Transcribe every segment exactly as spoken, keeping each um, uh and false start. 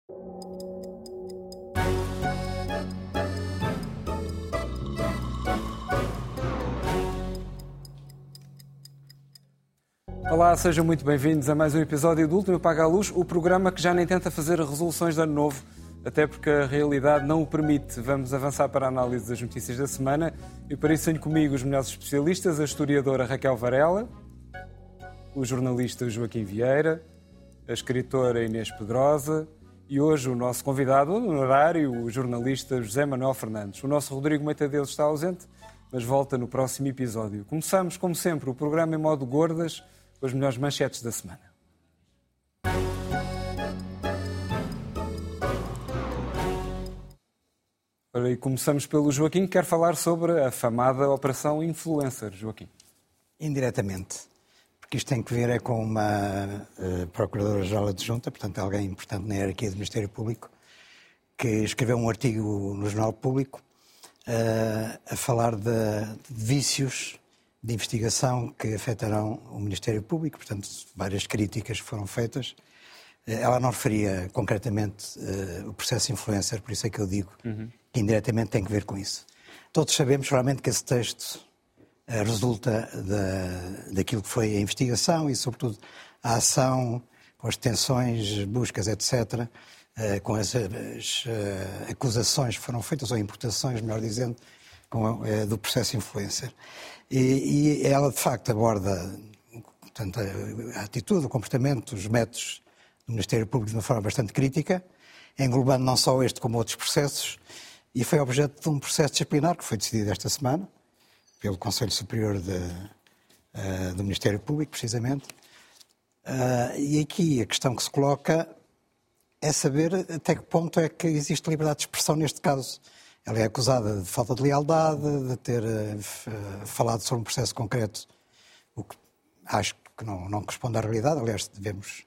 Olá, sejam muito bem-vindos a mais um episódio do Último Apaga a Luz, o programa que já nem tenta fazer resoluções de ano novo, até porque a realidade não o permite. Vamos avançar para a análise das notícias da semana e para isso tenho comigo os melhores especialistas, a historiadora Raquel Varela, o jornalista Joaquim Vieira, a escritora Inês Pedrosa e hoje o nosso convidado honorário, o jornalista José Manuel Fernandes. O nosso Rodrigo Meitadeus está ausente, mas volta no próximo episódio. Começamos, como sempre, o programa em modo gordas, com as melhores manchetes da semana. E começamos pelo Joaquim, que quer falar sobre a famada Operação Influencer. Joaquim. Indiretamente, porque isto tem que ver é com uma uh, Procuradora-Geral Adjunta, portanto alguém importante na hierarquia do Ministério Público, que escreveu um artigo no Jornal Público uh, a falar de, de vícios de investigação que afetarão o Ministério Público, portanto, várias críticas foram feitas. Ela não referia concretamente uh, o processo influencer, por isso é que eu digo uhum. que indiretamente tem que ver com isso. Todos sabemos realmente que esse texto uh, resulta da, daquilo que foi a investigação e, sobretudo, a ação, com as detenções, buscas, etcétera, uh, com as, as uh, acusações que foram feitas, ou imputações, melhor dizendo, com, uh, do processo influencer. E, e ela, de facto, aborda portanto, a, a atitude, o comportamento, os métodos do Ministério Público de uma forma bastante crítica, englobando não só este como outros processos, e foi objeto de um processo disciplinar que foi decidido esta semana pelo Conselho Superior de, uh, do Ministério Público, precisamente. Uh, e aqui a questão que se coloca é saber até que ponto é que existe liberdade de expressão neste caso. Ela é acusada de falta de lealdade, de ter uh, falado sobre um processo concreto, o que acho que não, não corresponde à realidade. Aliás, devemos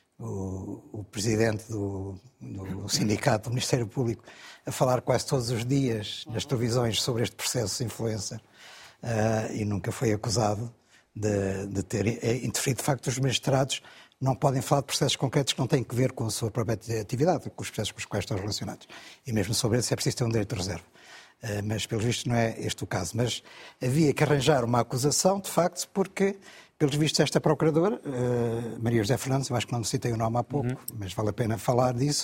o, o presidente do, do sindicato do Ministério Público a falar quase todos os dias nas televisões sobre este processo de influencer uh, e nunca foi acusado de, de ter interferido. De facto, os magistrados não podem falar de processos concretos que não têm que ver com a sua própria atividade, com os processos com os quais estão relacionados. E mesmo sobre isso é preciso ter um direito de reserva. Uh, mas, pelos vistos, não é este o caso. Mas havia que arranjar uma acusação, de facto, porque, pelos vistos, esta Procuradora, uh, Maria José Fernandes, eu acho que não citei o nome há pouco, uhum. mas vale a pena falar disso,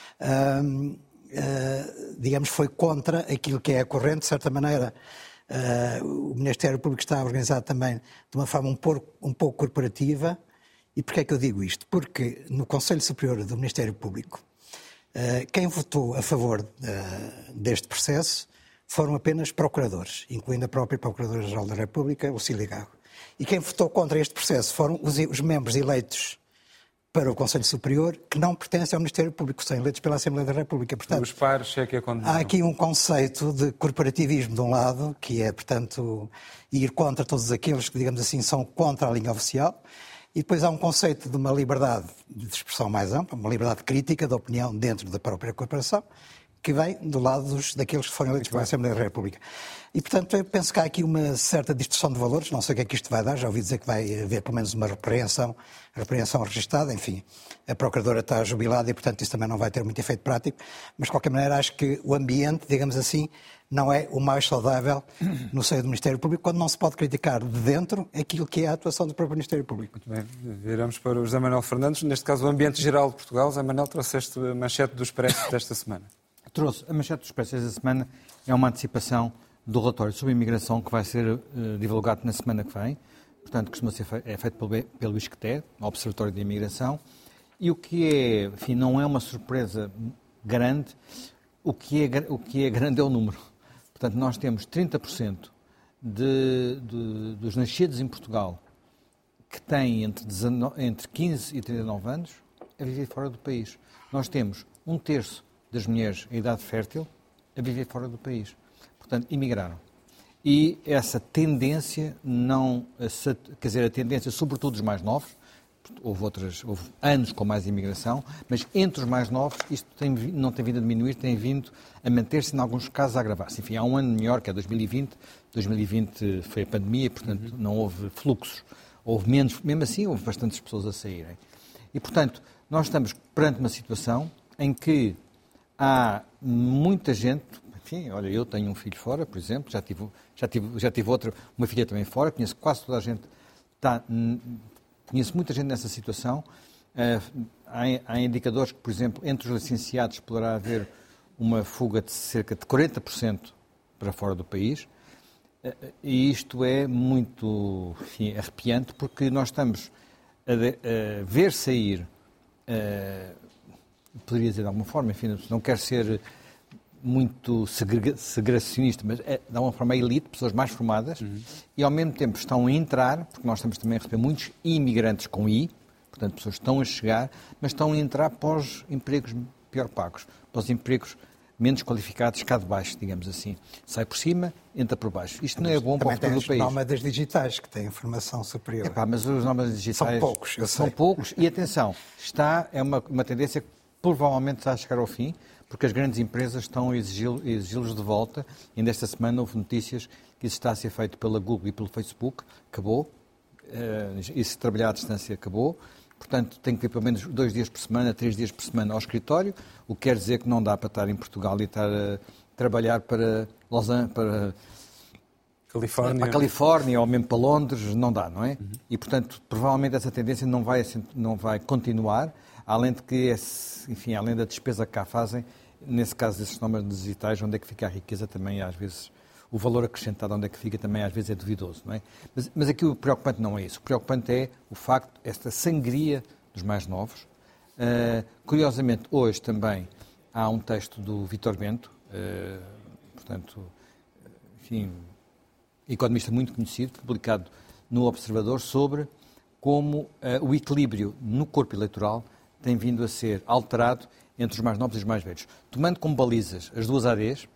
uh, uh, digamos, foi contra aquilo que é a corrente, de certa maneira. Uh, o Ministério Público está organizado também de uma forma um pouco, um pouco corporativa. E porquê é que eu digo isto? Porque no Conselho Superior do Ministério Público, uh, quem votou a favor uh, deste processo foram apenas procuradores, incluindo a própria Procuradora-Geral da República, Lucília Gago. E quem votou contra este processo foram os, os membros eleitos para o Conselho Superior, que não pertencem ao Ministério Público, são eleitos pela Assembleia da República. Portanto, os pares é que há aqui um conceito de corporativismo de um lado, que é, portanto, ir contra todos aqueles que, digamos assim, são contra a linha oficial. E depois há um conceito de uma liberdade de expressão mais ampla, uma liberdade crítica da opinião dentro da própria corporação, que vem do lado dos, daqueles que foram eleitos pela Assembleia da República. E, portanto, eu penso que há aqui uma certa distorção de valores, não sei o que é que isto vai dar, já ouvi dizer que vai haver pelo menos uma repreensão, repreensão registada, enfim, a Procuradora está jubilada e, portanto, isso também não vai ter muito efeito prático, mas, de qualquer maneira, acho que o ambiente, digamos assim, não é o mais saudável no seio do Ministério Público, quando não se pode criticar de dentro aquilo que é a atuação do próprio Ministério Público. Muito bem, viramos para o José Manuel Fernandes, neste caso o ambiente geral de Portugal. José Manuel, trouxeste a manchete do Expresso desta semana. Trouxe. A manchete do Expresso desta semana é uma antecipação do relatório sobre a imigração que vai ser uh, divulgado na semana que vem. Portanto, costuma ser fe- é feito pelo, pelo I S C T E, Observatório de Imigração. E o que é, enfim, não é uma surpresa grande, o que é, o que é grande é o número. Portanto, nós temos trinta por cento de, de, dos nascidos em Portugal que têm entre, dezenove, entre quinze e trinta e nove anos a viver fora do país. Nós temos um terço das mulheres em idade fértil a viver fora do país. Portanto, imigraram. E essa tendência não... Quer dizer, a tendência, sobretudo dos mais novos, houve, outras, houve anos com mais imigração, mas entre os mais novos isto tem, não tem vindo a diminuir, tem vindo a manter-se, em alguns casos, a agravar-se. Enfim, há um ano melhor, que é dois mil e vinte. dois mil e vinte foi a pandemia, portanto, não houve fluxos. Houve menos... Mesmo assim, houve bastantes pessoas a saírem. E, portanto, nós estamos perante uma situação em que há muita gente, enfim, olha, eu tenho um filho fora, por exemplo, já tive, já tive, já tive outra, uma filha também fora, conheço quase toda a gente, está, conheço muita gente nessa situação. Uh, há, há indicadores que, por exemplo, entre os licenciados poderá haver uma fuga de cerca de quarenta por cento para fora do país. Uh, e isto é muito, enfim, arrepiante, porque nós estamos a, de, a ver sair, uh, poderia dizer de alguma forma, enfim, não quero ser muito segrega, segregacionista, mas é, de alguma forma, a elite, pessoas mais formadas, uhum. e ao mesmo tempo estão a entrar, porque nós estamos também a receber muitos imigrantes com I, portanto, pessoas estão a chegar, mas estão a entrar para os empregos pior pagos, para os empregos menos qualificados cá de baixo, digamos assim. Sai por cima, entra por baixo. Isto não é bom para o futuro do país. Também tem os nómadas digitais, que têm formação superior. Epá, mas os nómadas digitais... São poucos, eu São sei. poucos, e atenção, está, é uma, uma tendência que provavelmente está a chegar ao fim, porque as grandes empresas estão a exigi-los exigi de volta. Ainda esta semana houve notícias que isso está a ser feito pela Google e pelo Facebook. Acabou. Uh, isso trabalhar à distância acabou. Portanto, tem que ir pelo menos dois dias por semana, três dias por semana ao escritório, o que quer dizer que não dá para estar em Portugal e estar a trabalhar para Los Angeles, para Califórnia. para a Califórnia ou mesmo para Londres, não dá, não é? Uhum. E, portanto, provavelmente essa tendência não vai, não vai continuar, além de que, esse, enfim, além da despesa que cá fazem, nesse caso desses nómadas digitais, onde é que fica a riqueza também, às vezes, o valor acrescentado onde é que fica também às vezes é duvidoso, não é? Mas, mas aqui o preocupante não é isso. O preocupante é o facto, esta sangria dos mais novos. Uh, curiosamente, hoje também há um texto do Vítor Bento, uh, portanto, enfim, economista muito conhecido, publicado no Observador, sobre como uh, o equilíbrio no corpo eleitoral tem vindo a ser alterado entre os mais novos e os mais velhos. Tomando como balizas as duas A Ds,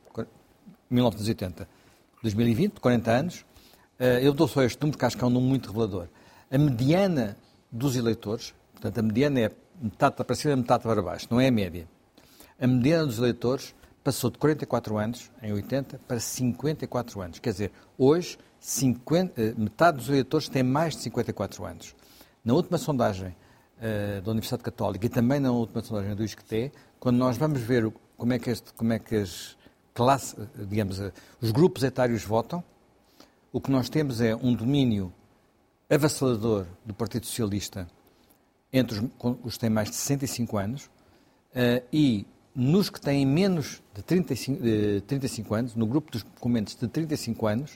mil novecentos e oitenta, dois mil e vinte, quarenta anos, eu dou só este número, porque acho que é um número muito revelador. A mediana dos eleitores, portanto, a mediana é metade para cima e metade para baixo, não é a média. A mediana dos eleitores passou de quarenta e quatro anos, em oitenta, para cinquenta e quatro anos. Quer dizer, hoje, cinquenta, metade dos eleitores têm mais de cinquenta e quatro anos. Na última sondagem uh, da Universidade Católica e também na última sondagem do I S C T E, quando nós vamos ver como é que, este, como é que as classe, digamos, os grupos etários votam, o que nós temos é um domínio avassalador do Partido Socialista entre os, os que têm mais de sessenta e cinco anos uh, e nos que têm menos de trinta e cinco, de trinta e cinco anos, no grupo dos documentos de trinta e cinco anos,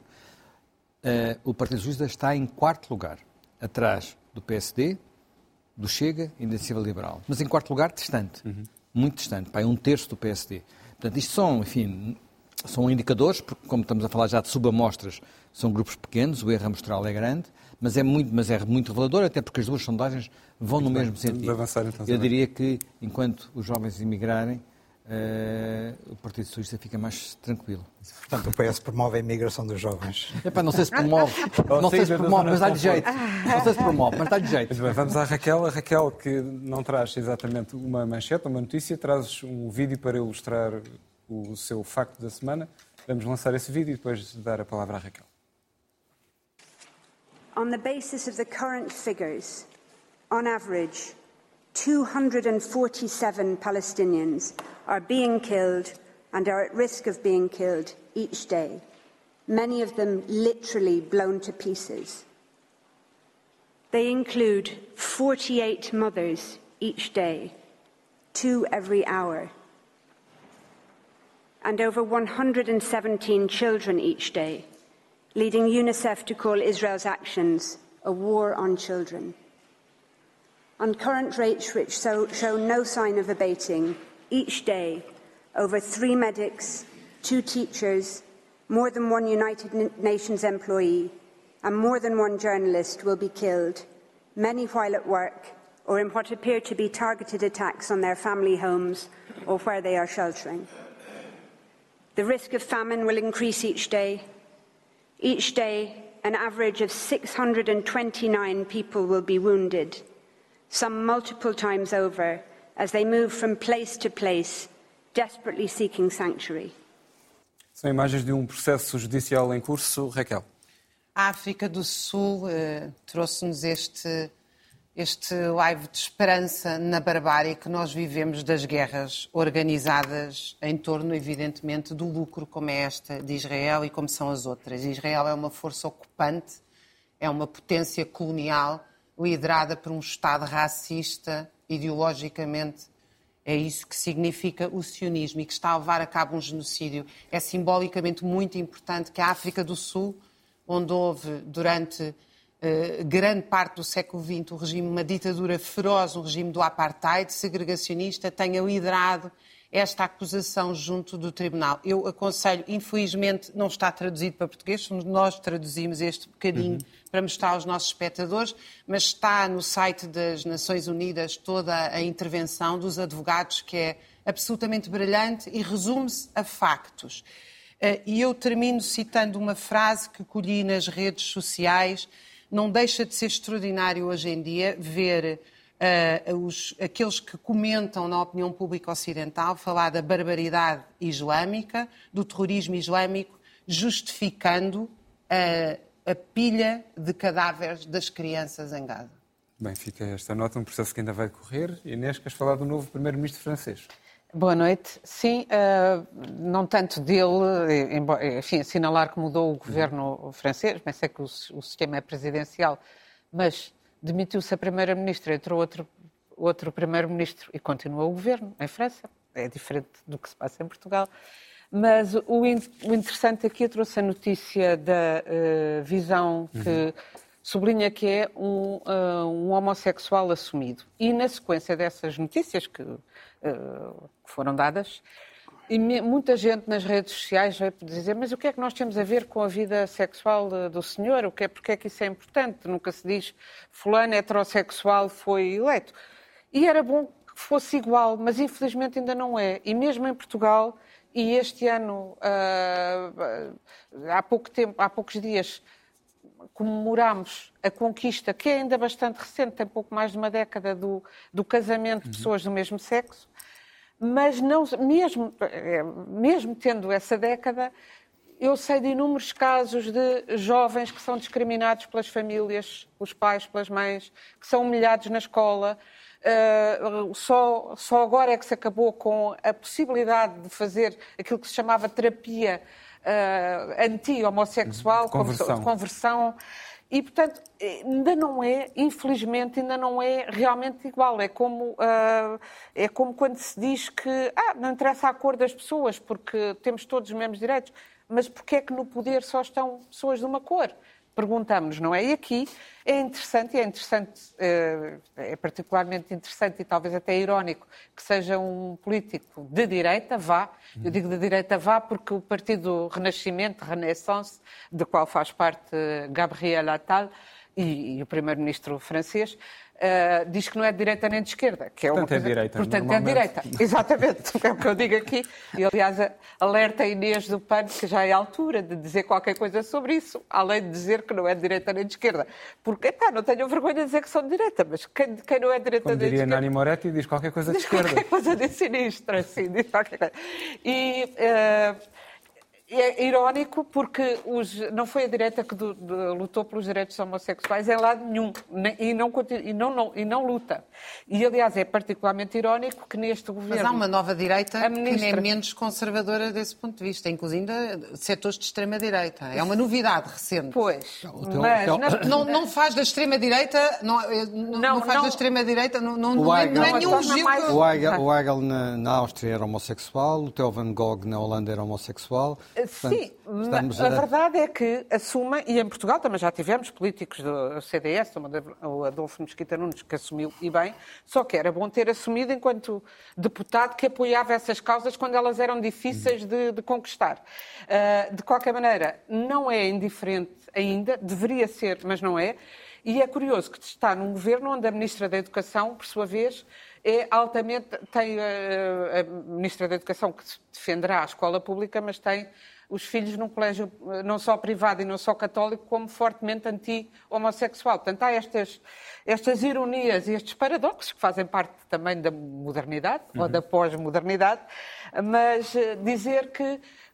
uh, o Partido Socialista está em quarto lugar, atrás do P S D, do Chega e da Iniciativa Liberal. Mas em quarto lugar, distante, uhum. muito distante, para um terço do P S D. Portanto, isto são, enfim, são indicadores, porque como estamos a falar já de subamostras, são grupos pequenos, o erro amostral é grande, mas é muito, mas é muito revelador, até porque as duas sondagens vão muito no bem, mesmo sentido. Avançar, então, Eu diria que, enquanto os jovens imigrarem, uh, o Partido Socialista fica mais tranquilo. Portanto, o P S promove a imigração dos jovens. Epá, não sei se promove, não sei se promove, mas dá-lhe jeito. Não sei se promove, mas dá-lhe jeito. Muito bem, vamos à Raquel. A Raquel, que não traz exatamente uma manchete, uma notícia, traz um vídeo para ilustrar o seu facto da semana. Vamos lançar esse vídeo e depois dar a palavra à Raquel. On the basis of the current figures, on average, two hundred forty-seven Palestinians are being killed and are at risk of being killed each day, many of them literally blown to pieces. They include forty-eight mothers each day, two every hour, and over one hundred seventeen children each day, leading UNICEF to call Israel's actions a war on children. On current rates which so, show no sign of abating, each day, over three medics, two teachers, more than one United Nations employee, and more than one journalist will be killed, many while at work or in what appear to be targeted attacks on their family homes or where they are sheltering. The risk of famine will increase each day. Each day, an average of six hundred twenty-nine people will be wounded, some multiple times over, as they move from place to place, desperately seeking sanctuary. São imagens de um processo judicial em curso. Raquel. A África do Sul uh, trouxe-nos este este live de esperança na barbárie que nós vivemos das guerras organizadas em torno, evidentemente, do lucro, como é esta de Israel e como são as outras. Israel é uma força ocupante, é uma potência colonial liderada por um Estado racista, ideologicamente. É isso que significa o sionismo e que está a levar a cabo um genocídio. É simbolicamente muito importante que a África do Sul, onde houve durante Uh, grande parte do século vinte, o regime, uma ditadura feroz, um regime do apartheid, segregacionista, tenha liderado esta acusação junto do Tribunal. Eu aconselho, infelizmente não está traduzido para português, nós traduzimos este bocadinho uhum. para mostrar aos nossos espectadores, mas está no site das Nações Unidas toda a intervenção dos advogados, que é absolutamente brilhante e resume-se a factos. Uh, e eu termino citando uma frase que colhi nas redes sociais. Não deixa de ser extraordinário hoje em dia ver uh, os, aqueles que comentam na opinião pública ocidental falar da barbaridade islâmica, do terrorismo islâmico, justificando uh, a pilha de cadáveres das crianças em Gaza. Bem, fica esta nota, um processo que ainda vai decorrer. Inês, queres falar do novo primeiro-ministro francês? Boa noite. Sim, uh, não tanto dele, embora, enfim, assinalar que mudou o governo francês, mas sei que o, o sistema é presidencial, mas demitiu-se a primeira-ministra, entrou outro, outro primeiro-ministro e continua o governo em França. É diferente do que se passa em Portugal. Mas o, o interessante aqui, eu trouxe a notícia da uh, visão que uhum. sublinha que é um, uh, um homossexual assumido. E na sequência dessas notícias que Uh, que foram dadas, e me, muita gente nas redes sociais vai dizer, mas o que é que nós temos a ver com a vida sexual uh, do senhor? O que é, porque é que isso é importante? Nunca se diz fulano heterossexual foi eleito. E era bom que fosse igual, mas infelizmente ainda não é. E mesmo em Portugal, e este ano, uh, há pouco tempo, há poucos dias, comemorámos a conquista, que é ainda bastante recente, tem pouco mais de uma década, do, do casamento de pessoas do mesmo sexo, mas não, mesmo, mesmo tendo essa década, eu sei de inúmeros casos de jovens que são discriminados pelas famílias, pelos pais, pelas mães, que são humilhados na escola. Uh, só, só agora é que se acabou com a possibilidade de fazer aquilo que se chamava terapia Uh, anti-homossexual, conversão. de conversão, e, portanto, ainda não é, infelizmente, ainda não é realmente igual. É como, uh, é como quando se diz que ah, não interessa a cor das pessoas, porque temos todos os mesmos direitos, mas porquê é que no poder só estão pessoas de uma cor? Perguntamos, não é? E aqui é interessante, e é interessante, é particularmente interessante e talvez até irónico que seja um político de direita, vá, eu digo de direita vá porque o Partido Renascimento, Renaissance, do qual faz parte Gabriel Attal e, e o primeiro-ministro francês, Uh, diz que não é de direita nem de esquerda. Que é Portanto, uma coisa... é direita. Portanto, é direita. Exatamente. É o que eu digo aqui. E, aliás, alerta a Inês do P A N que já é a altura de dizer qualquer coisa sobre isso, além de dizer que não é de direita nem de esquerda. Porque, epá, não tenho vergonha de dizer que são de direita, mas quem, quem não é de direita nem de esquerda... Como diria Nani Moretti, diz qualquer coisa de diz esquerda. Diz qualquer coisa de sinistra, assim, diz qualquer coisa. E... Uh... É irónico porque os, não foi a direita que do, de, lutou pelos direitos homossexuais em lado nenhum e não, e, não, não, e não luta. E, aliás, é particularmente irónico que neste governo... Mas há uma nova direita ministra... que é menos conservadora desse ponto de vista, inclusive setores de extrema-direita. É uma novidade recente. Pois, mas... Não, não, não faz da extrema-direita... Não, não, não faz não, da extrema-direita... Não, não, não, Weigel, não é nenhum elogio... Mais... O Weigel, o Weigel na, na Áustria era homossexual, o Theo Van Gogh na Holanda era homossexual... Portanto, sim, mas a... a verdade é que assumem, e em Portugal também já tivemos políticos do C D S, o Adolfo Mesquita Nunes, que assumiu, e bem, só que era bom ter assumido enquanto deputado que apoiava essas causas quando elas eram difíceis de, de conquistar. Uh, de qualquer maneira, não é indiferente ainda, deveria ser, mas não é, e é curioso que está num governo onde a Ministra da Educação, por sua vez, é altamente, tem a, a Ministra da Educação que defenderá a escola pública, mas tem os filhos num colégio não só privado e não só católico, como fortemente anti-homossexual. Portanto, há estas, estas ironias e estes paradoxos que fazem parte também da modernidade, uhum. ou da pós-modernidade, mas dizer que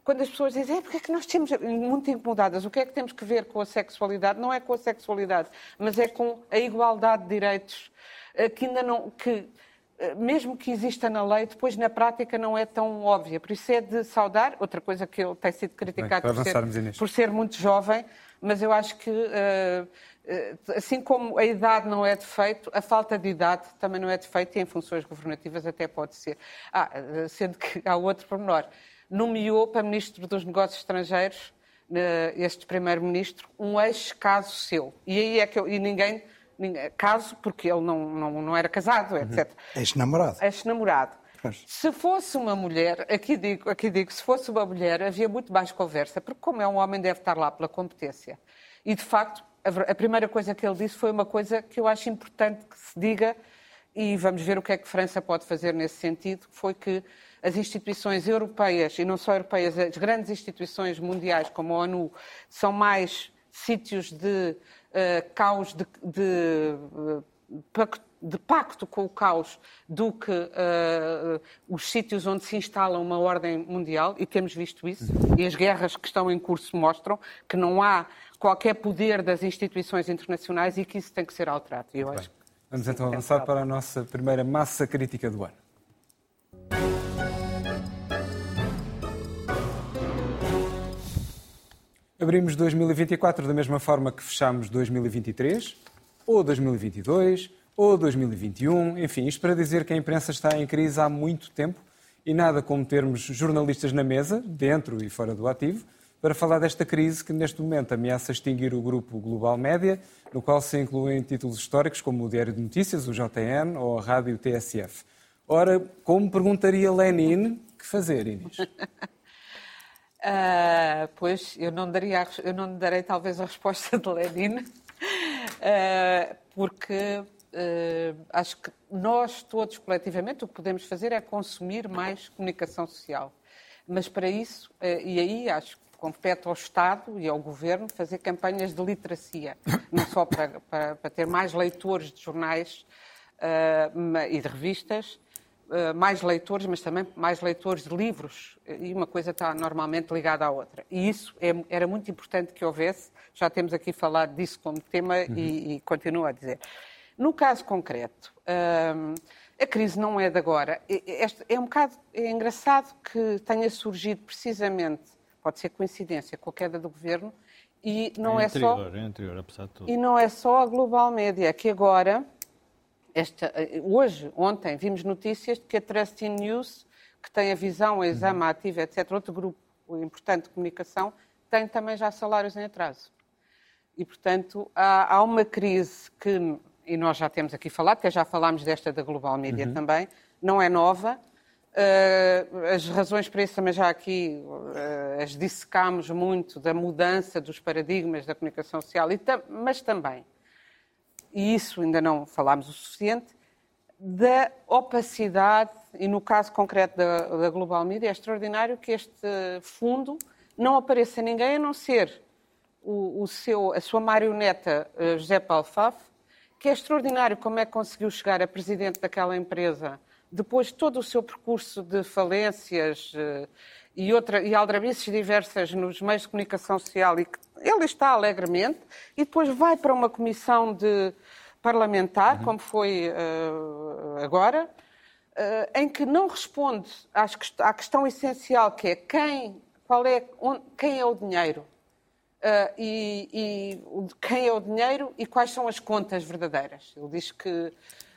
quando as pessoas dizem, é, porque é que nós temos, muito incomodadas, o que é que temos que ver com a sexualidade? Não é com a sexualidade, mas é com a igualdade de direitos, que ainda não, que, mesmo que exista na lei, depois na prática não é tão óbvia. Por isso é de saudar, outra coisa que ele tem sido criticado Bem, por, ser, por ser muito jovem, mas eu acho que, assim como a idade não é defeito, a falta de idade também não é defeito e em funções governativas até pode ser. Ah, sendo que há outro pormenor. Nomeou para Ministro dos Negócios Estrangeiros, este Primeiro-Ministro, um ex-caso seu. E aí é que eu, e ninguém, ninguém... Caso, porque ele não, não, não era casado, etcétera. Ex-namorado. Ex-namorado. Se fosse uma mulher, aqui digo, aqui digo, se fosse uma mulher, havia muito mais conversa, porque como é um homem, deve estar lá pela competência. E, de facto, a, a primeira coisa que ele disse foi uma coisa que eu acho importante que se diga, e vamos ver o que é que a França pode fazer nesse sentido, foi que as instituições europeias, e não só europeias, as grandes instituições mundiais, como a ONU, são mais sítios de uh, caos, de, de, uh, pacto, de pacto com o caos, do que uh, os sítios onde se instala uma ordem mundial, e temos visto isso, e as guerras que estão em curso mostram que não há qualquer poder das instituições internacionais e que isso tem que ser alterado. Eu acho. Vamos então avançar para a nossa primeira massa crítica do ano. Abrimos dois mil e vinte e quatro da mesma forma que fechamos dois mil e vinte e três, ou dois mil e vinte e dois, ou dois mil e vinte e um, enfim, isto para dizer que a imprensa está em crise há muito tempo e nada como termos jornalistas na mesa, dentro e fora do ativo, para falar desta crise que neste momento ameaça extinguir o grupo Global Média, no qual se incluem títulos históricos como o Diário de Notícias, o J N ou a Rádio T S F. Ora, como perguntaria Lenin, que fazer, Inês? Uh, pois, eu não, daria, eu não darei talvez a resposta de Lenin, uh, porque uh, acho que nós todos coletivamente o que podemos fazer é consumir mais comunicação social. Mas para isso, uh, e aí acho que compete ao Estado e ao Governo fazer campanhas de literacia, não só para, para, para ter mais leitores de jornais uh, e de revistas, Uh, mais leitores, mas também mais leitores de livros, e uma coisa está normalmente ligada à outra. E isso é, era muito importante que houvesse, já temos aqui falado disso como tema uhum. e, e continuo a dizer. No caso concreto, uh, a crise não é de agora. Este, é um bocado é engraçado que tenha surgido precisamente, pode ser coincidência, com a queda do governo, e não é, anterior, é só... É anterior, apesar de tudo. E não é só a Global Média, que agora... Esta, hoje, ontem, vimos notícias de que a Trusting News, que tem a Visão, a Exame, a Ativa, etcétera, outro grupo importante de comunicação, tem também já salários em atraso. E, portanto, há, há uma crise que, e nós já temos aqui falado, até já falámos desta da Global Media uhum. também, não é nova. Uh, as razões para isso também já aqui uh, as dissecámos muito, da mudança dos paradigmas da comunicação social, e tam- mas também... e isso ainda não falámos o suficiente, da opacidade, e no caso concreto da, da Global Media, é extraordinário que este fundo não apareça a ninguém, a não ser o, o seu, a sua marioneta José Paulo Faf, que é extraordinário como é que conseguiu chegar a presidente daquela empresa, depois de todo o seu percurso de falências e, outra, e aldrabices diversas nos meios de comunicação social, e que ele está alegremente, e depois vai para uma comissão de parlamentar, uhum. como foi uh, agora, uh, em que não responde às, à questão essencial, que é quem, qual é, onde, quem é o dinheiro, uh, e, e quem é o dinheiro e quais são as contas verdadeiras. Ele diz que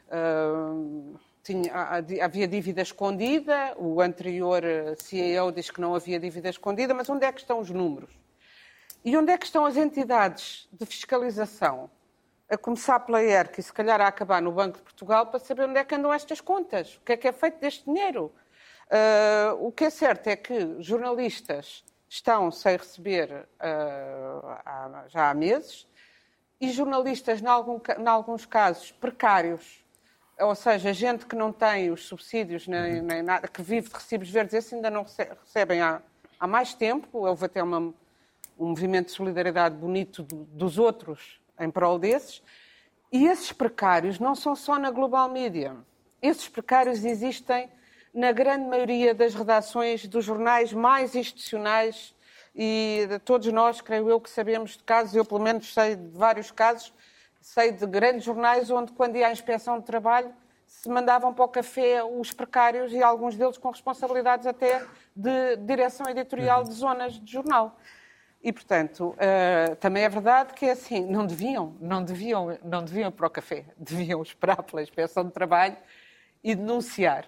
uh, tinha, havia dívida escondida, o anterior C E O diz que não havia dívida escondida, mas onde é que estão os números? E onde é que estão as entidades de fiscalização? A começar pela E R C e se calhar a acabar no Banco de Portugal, para saber onde é que andam estas contas, o que é que é feito deste dinheiro. Uh, o que é certo é que jornalistas estão sem receber uh, há, já há meses, e jornalistas, em, algum, em alguns casos, precários, ou seja, gente que não tem os subsídios nem, nem nada, que vive de recibos verdes, esses ainda não recebem há, há mais tempo. Houve até uma, um movimento de solidariedade bonito do, dos outros em prol desses. E esses precários não são só na Global Media. Esses precários existem na grande maioria das redações dos jornais mais institucionais, e de todos nós, creio eu, que sabemos de casos, eu pelo menos sei de vários casos, sei de grandes jornais onde, quando ia à inspeção de trabalho, se mandavam para o café os precários e alguns deles com responsabilidades até de direção editorial de zonas de jornal. E, portanto, uh, também é verdade que, assim, não deviam, não deviam, não deviam ir para o café, deviam esperar pela inspeção de trabalho e denunciar.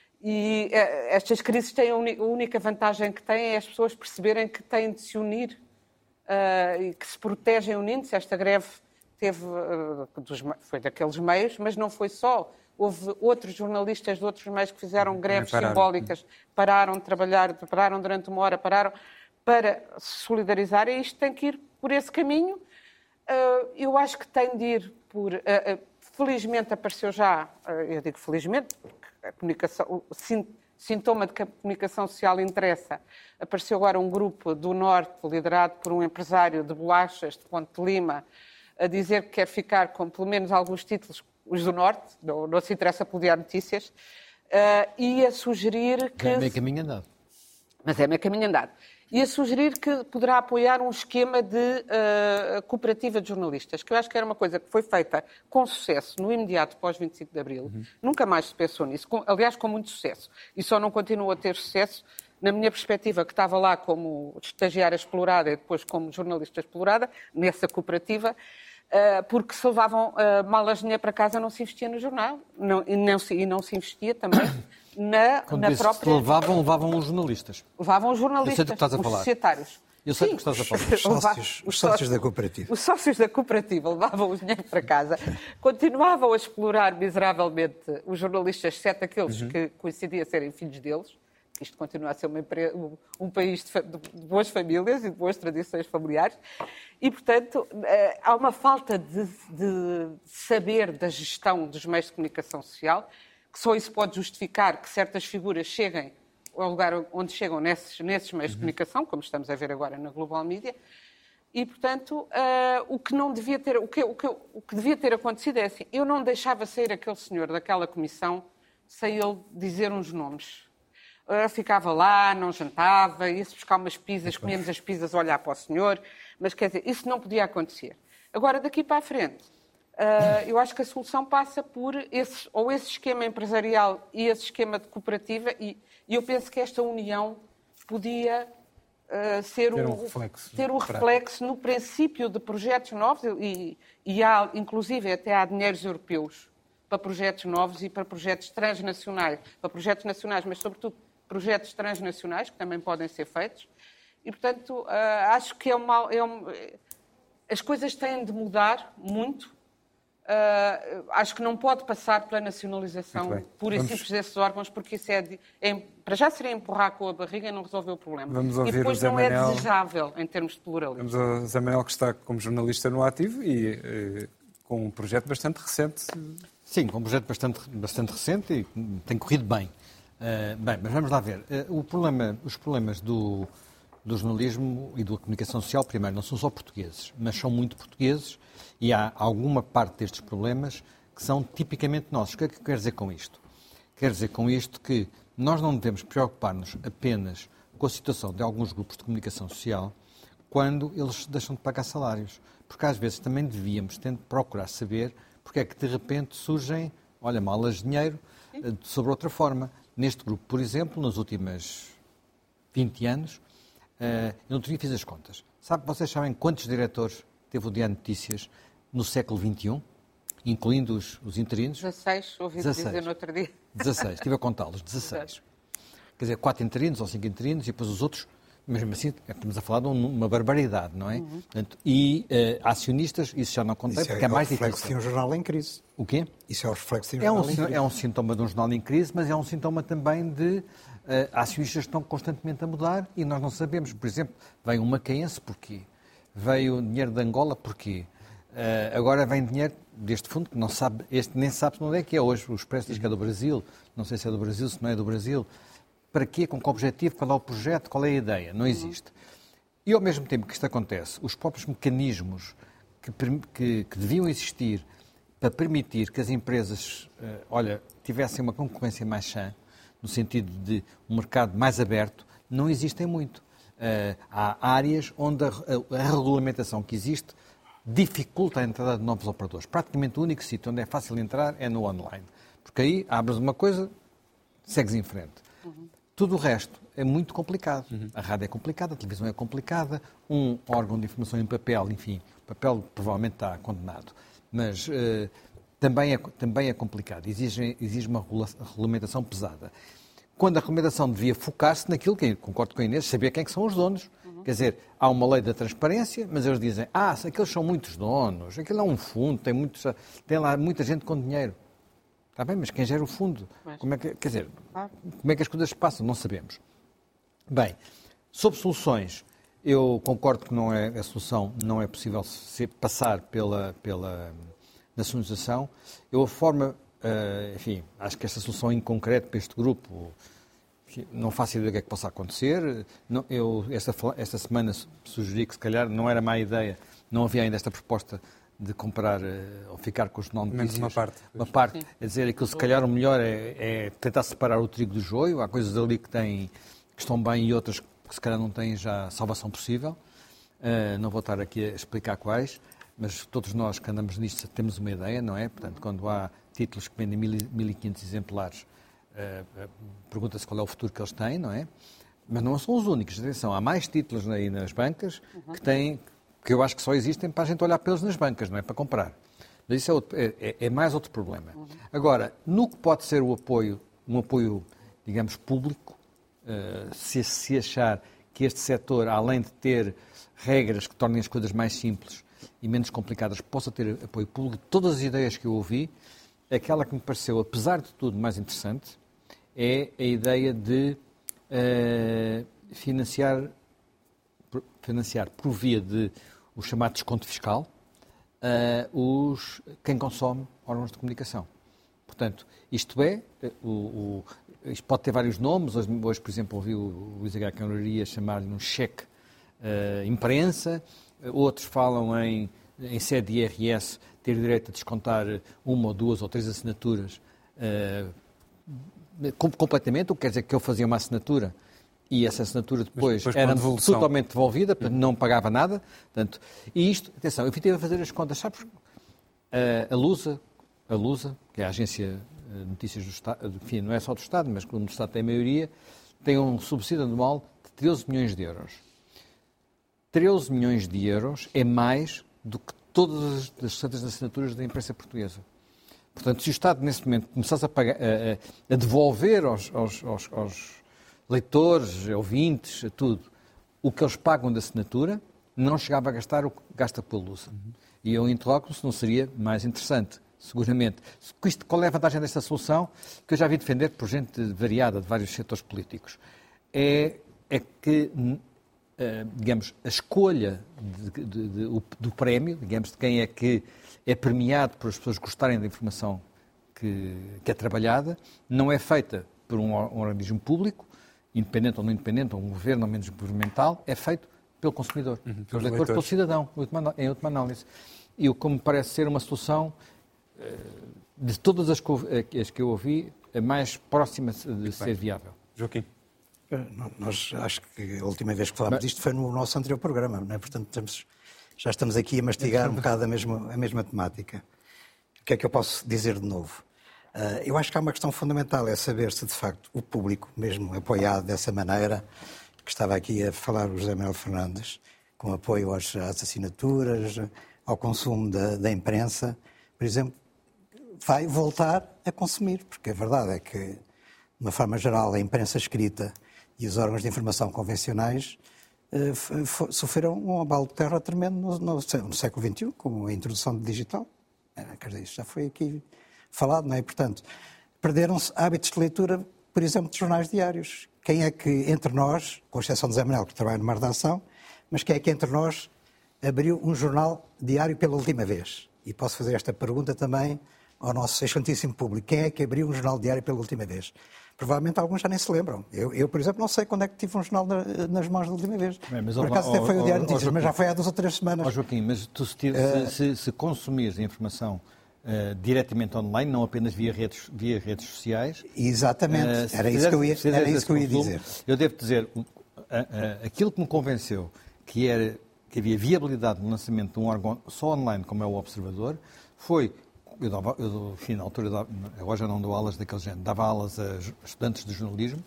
E uh, estas crises têm a, a única vantagem que têm é as pessoas perceberem que têm de se unir uh, e que se protegem unindo-se. Esta greve teve, uh, dos, foi daqueles meios, mas não foi só. Houve outros jornalistas de outros meios que fizeram greves pararam. simbólicas, pararam de trabalhar, pararam durante uma hora, pararam para se solidarizar, e isto tem que ir por esse caminho. Uh, eu acho que tem de ir por... Uh, uh, felizmente apareceu já, uh, eu digo felizmente, porque a comunicação, o sintoma de que a comunicação social interessa, apareceu agora um grupo do Norte, liderado por um empresário de bolachas de Ponte de Lima, a dizer que quer ficar com pelo menos alguns títulos, os do Norte, não, não se interessa pelo Diário Notícias, uh, e a sugerir que... É meio caminho andado. Mas é meio caminho andado. E a sugerir que poderá apoiar um esquema de uh, cooperativa de jornalistas, que eu acho que era uma coisa que foi feita com sucesso no imediato pós vinte e cinco de Abril. Uhum. Nunca mais se pensou nisso, com, aliás, com muito sucesso. E só não continuou a ter sucesso, na minha perspectiva, que estava lá como estagiária explorada e depois como jornalista explorada, nessa cooperativa, uh, porque se levavam uh, malas de dinheiro para casa, não se investia no jornal. Não, e, não se, e não se investia também... Na, Quando na disse própria... que levavam, levavam os jornalistas. Levavam os jornalistas, eu sei do que estás a os falar. societários. Eu sei Sim. do que estás a falar. Os sócios, os sócios da cooperativa. Os sócios da cooperativa levavam o dinheiro para casa, continuavam a explorar miseravelmente os jornalistas, exceto aqueles uhum. que coincidiam serem filhos deles. Isto continua a ser uma, um país de, de boas famílias e de boas tradições familiares. E, portanto, há uma falta de, de saber da gestão dos meios de comunicação social, que só isso pode justificar que certas figuras cheguem ao lugar onde chegam nesses, nesses meios uhum. de comunicação, como estamos a ver agora na Global Media, e, portanto, uh, o, que não devia ter, o, que, o, que, o que devia ter acontecido é assim, eu não deixava sair aquele senhor daquela comissão sem ele dizer uns nomes. Eu ficava lá, não jantava, ia-se buscar umas pizzas, comíamos as pizzas a olhar para o senhor, mas, quer dizer, isso não podia acontecer. Agora, daqui para a frente, Uh, eu acho que a solução passa por esse, ou esse esquema empresarial e esse esquema de cooperativa, e, e eu penso que esta união podia uh, ser ter um, um reflexo, ter um reflexo no princípio de projetos novos, e, e há, inclusive, até há dinheiros europeus para projetos novos e para projetos transnacionais, para projetos nacionais, mas, sobretudo, projetos transnacionais, que também podem ser feitos. E, portanto, uh, acho que é uma, é um, as coisas têm de mudar muito. Uh, acho que não pode passar pela nacionalização pura e simples desses órgãos, porque isso é, de, é, para já seria empurrar com a barriga e não resolver o problema. Vamos ouvir e depois o Zé não Manel... é desejável em termos de pluralismo. Vamos ao Zé Manel, que está como jornalista no ativo e eh, com um projeto bastante recente. Sim, com um projeto bastante, bastante recente e tem corrido bem. Uh, bem, mas vamos lá ver. Uh, o problema, os problemas do, do jornalismo e da comunicação social, primeiro, não são só portugueses, mas são muito portugueses. E há alguma parte destes problemas que são tipicamente nossos. O que é que quer dizer com isto? Quer dizer com isto que nós não devemos preocupar-nos apenas com a situação de alguns grupos de comunicação social quando eles deixam de pagar salários. Porque às vezes também devíamos tentar procurar saber porque é que de repente surgem, olha, malas de dinheiro sobre outra forma. Neste grupo, por exemplo, nos últimos vinte anos, eu não teria fiz as contas. Sabe, vocês sabem quantos diretores teve o Diário Notícias no século vinte e um, incluindo os, os interinos? dezasseis, ouvi dizer no outro dia. dezasseis, estive a contá-los, dezasseis. Quer dizer, quatro interinos ou cinco interinos e depois os outros, mesmo assim, estamos a falar de uma barbaridade, não é? Uhum. Portanto, e uh, acionistas, isso já não contei, porque é, é mais difícil. É o reflexo de um jornal em crise. O quê? Isso é o reflexo de um é jornal um, em crise. É um sintoma de um jornal em crise, mas é um sintoma também de uh, acionistas que estão constantemente a mudar e nós não sabemos. Por exemplo, veio um macaense, porquê? Veio dinheiro de Angola, porquê? Uh, agora vem dinheiro deste fundo, que não sabe, este nem sabe onde é que é hoje. O Expresso diz que é do Brasil, não sei se é do Brasil, se não é do Brasil. Para quê? Com que objetivo? Qual é o projeto? Qual é a ideia? Não existe. E ao mesmo tempo que isto acontece, os próprios mecanismos que, que, que deviam existir para permitir que as empresas, uh, olha, tivessem uma concorrência mais sã, no sentido de um mercado mais aberto, não existem muito. Uh, há áreas onde a, a, a regulamentação que existe dificulta a entrada de novos operadores. Praticamente o único sítio onde é fácil entrar é no online. Porque aí abres uma coisa, segues em frente. Uhum. Tudo o resto é muito complicado. Uhum. A rádio é complicada, a televisão é complicada, um órgão de informação em papel, enfim, o papel provavelmente está condenado. Mas uh, também, é, também é complicado. Exige, exige uma regulamentação pesada. Quando a regulamentação devia focar-se naquilo, que concordo com a Inês, saber quem é que são os donos. Uhum. Quer dizer, há uma lei da transparência, mas eles dizem, ah, aqueles são muitos donos, aquilo é um fundo, tem, muitos, tem lá muita gente com dinheiro. Está bem, mas quem gera o fundo? Mas, como é que, quer dizer, ah. como é que as coisas se passam? Não sabemos. Bem, sobre soluções, eu concordo que não é, a solução não é possível ser, passar pela, pela nacionalização. Eu, a forma, uh, enfim, acho que esta solução em concreto para este grupo, não faço ideia do que é que possa acontecer. Não, eu, esta, esta semana, sugeri que se calhar não era má ideia, não havia ainda esta proposta de comprar ou ficar com os jornal de notícias. Menos uma parte. Uma parte. Sim. É dizer, aquilo se calhar o melhor é, é tentar separar o trigo do joio. Há coisas ali que, têm, que estão bem e outras que se calhar não têm já salvação possível. Uh, não vou estar aqui a explicar quais, mas todos nós que andamos nisto temos uma ideia, não é? Portanto, quando há títulos que vendem mil e quinhentos exemplares, uh, uh, pergunta-se qual é o futuro que eles têm, não é? Mas não são os únicos. Atenção, há mais títulos aí nas bancas uhum. que têm... que eu acho que só existem para a gente olhar pelos nas bancas, não é para comprar. Mas isso é, outro, é, é mais outro problema. Uhum. Agora, no que pode ser o apoio, um apoio, digamos, público, uh, se, se achar que este setor, além de ter regras que tornem as coisas mais simples e menos complicadas, possa ter apoio público, todas as ideias que eu ouvi, aquela que me pareceu, apesar de tudo, mais interessante, é a ideia de uh, financiar... financiar por via de o chamado desconto fiscal uh, os, quem consome órgãos de comunicação. Portanto, isto é, o, o, isto pode ter vários nomes. Hoje, hoje por exemplo, ouvi o Luís H. Câmara chamar-lhe um cheque uh, imprensa. Outros falam em, em sede de I R S, ter direito a descontar uma ou duas ou três assinaturas uh, completamente, o que quer dizer que eu fazia uma assinatura e essa assinatura depois, depois era totalmente devolvida, não pagava nada. Portanto, e isto, atenção, eu estive a fazer as contas, sabes? A Lusa, a Lusa, que é a agência de notícias do Estado, enfim, não é só do Estado, mas como o Estado tem a maioria, tem um subsídio anual de treze milhões de euros. treze milhões de euros é mais do que todas as restantes assinaturas da imprensa portuguesa. Portanto, se o Estado, nesse momento, começasse a, pagar, a, a devolver aos, aos, aos, aos leitores, ouvintes, tudo, o que eles pagam de assinatura, não chegava a gastar o que gasta pela Lusa. Uhum. E eu interrogo se não seria mais interessante, seguramente. Qual é a vantagem desta solução, que eu já vi defender por gente variada de vários setores políticos? É, é que, digamos, a escolha de, de, de, do prémio, digamos, de quem é que é premiado por as pessoas gostarem da informação que, que é trabalhada, não é feita por um, um organismo público, independente ou não independente, ou um governo ou menos governamental, é feito pelo consumidor, uhum, pelo leitor, pelo cidadão, em última análise. E o que me parece ser uma solução, de todas as que, as que eu ouvi, a mais próxima de Muito ser bem. viável. Joaquim? Nós acho que a última vez que falámos Mas... disto foi no nosso anterior programa, não é? Portanto, estamos, já estamos aqui a mastigar um bocado a mesma, a mesma temática. O que é que eu posso dizer de novo? Uh, eu acho que há uma questão fundamental, é saber se de facto o público, mesmo apoiado dessa maneira, que estava aqui a falar o José Manuel Fernandes, com apoio às, às assinaturas, ao consumo da, da imprensa, por exemplo, vai voltar a consumir, porque a verdade é que, de uma forma geral, a imprensa escrita e os órgãos de informação convencionais uh, sofreram um abalo de terra tremendo no, no, no século vinte e um, com a introdução do digital. Uh, quer dizer, isto já foi aqui falado, não é? Portanto, perderam-se hábitos de leitura, por exemplo, de jornais diários. Quem é que, entre nós, com exceção de Zé Manuel, que trabalha numa redação, mas quem é que, entre nós, abriu um jornal diário pela última vez? E posso fazer esta pergunta também ao nosso excelentíssimo público. Quem é que abriu um jornal diário pela última vez? Provavelmente alguns já nem se lembram. Eu, eu por exemplo, não sei quando é que tive um jornal na, nas mãos da última vez. Bem, mas, Por acaso ó, até foi ó, o Diário de Notícias, mas já foi há duas ou três semanas. Ó Joaquim, mas tu se, uh, se, se consumires a informação uh, diretamente online, não apenas via redes, via redes sociais. Exatamente, uh, era, isso que eu ia, era isso que eu ia dizer. Eu devo dizer, uh, uh, aquilo que me convenceu que, era, que havia viabilidade no lançamento de um órgão só online, como é o Observador, foi... Eu, dava, eu enfim, na altura, dava, agora já não dou aulas daquele género, dava aulas a estudantes de jornalismo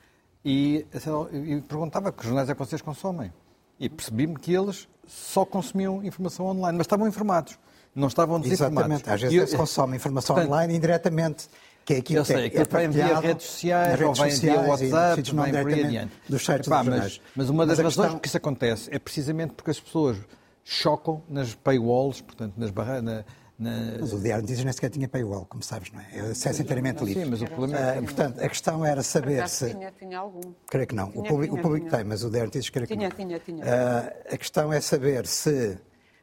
e, e perguntava que jornais é que vocês consomem. E percebi-me que eles só consumiam informação online, mas estavam informados, não estavam desinformados. Exatamente, às vezes eu, se consome informação portanto, online indiretamente, que é aquilo eu sei, que é, é vem via redes sociais, ou vem via WhatsApp, vem por aí adiante. Dos sites Epá, dos mas, mas uma das mas razões questão... que isso acontece é precisamente porque as pessoas chocam nas paywalls, portanto, nas barreiras... Na, Na... Mas o Diário de Notícias nem sequer tinha paywall, como sabes, não é? É acesso inteiramente livre. Sim, mas o problema é... Uh, portanto, a questão era saber se... Tinha, tinha algum. Creio que não. Tinha, o público, tinha, o público tinha. tem, mas o Diário de Notícias creio que tinha, não. Tinha, tinha, uh, A questão é saber se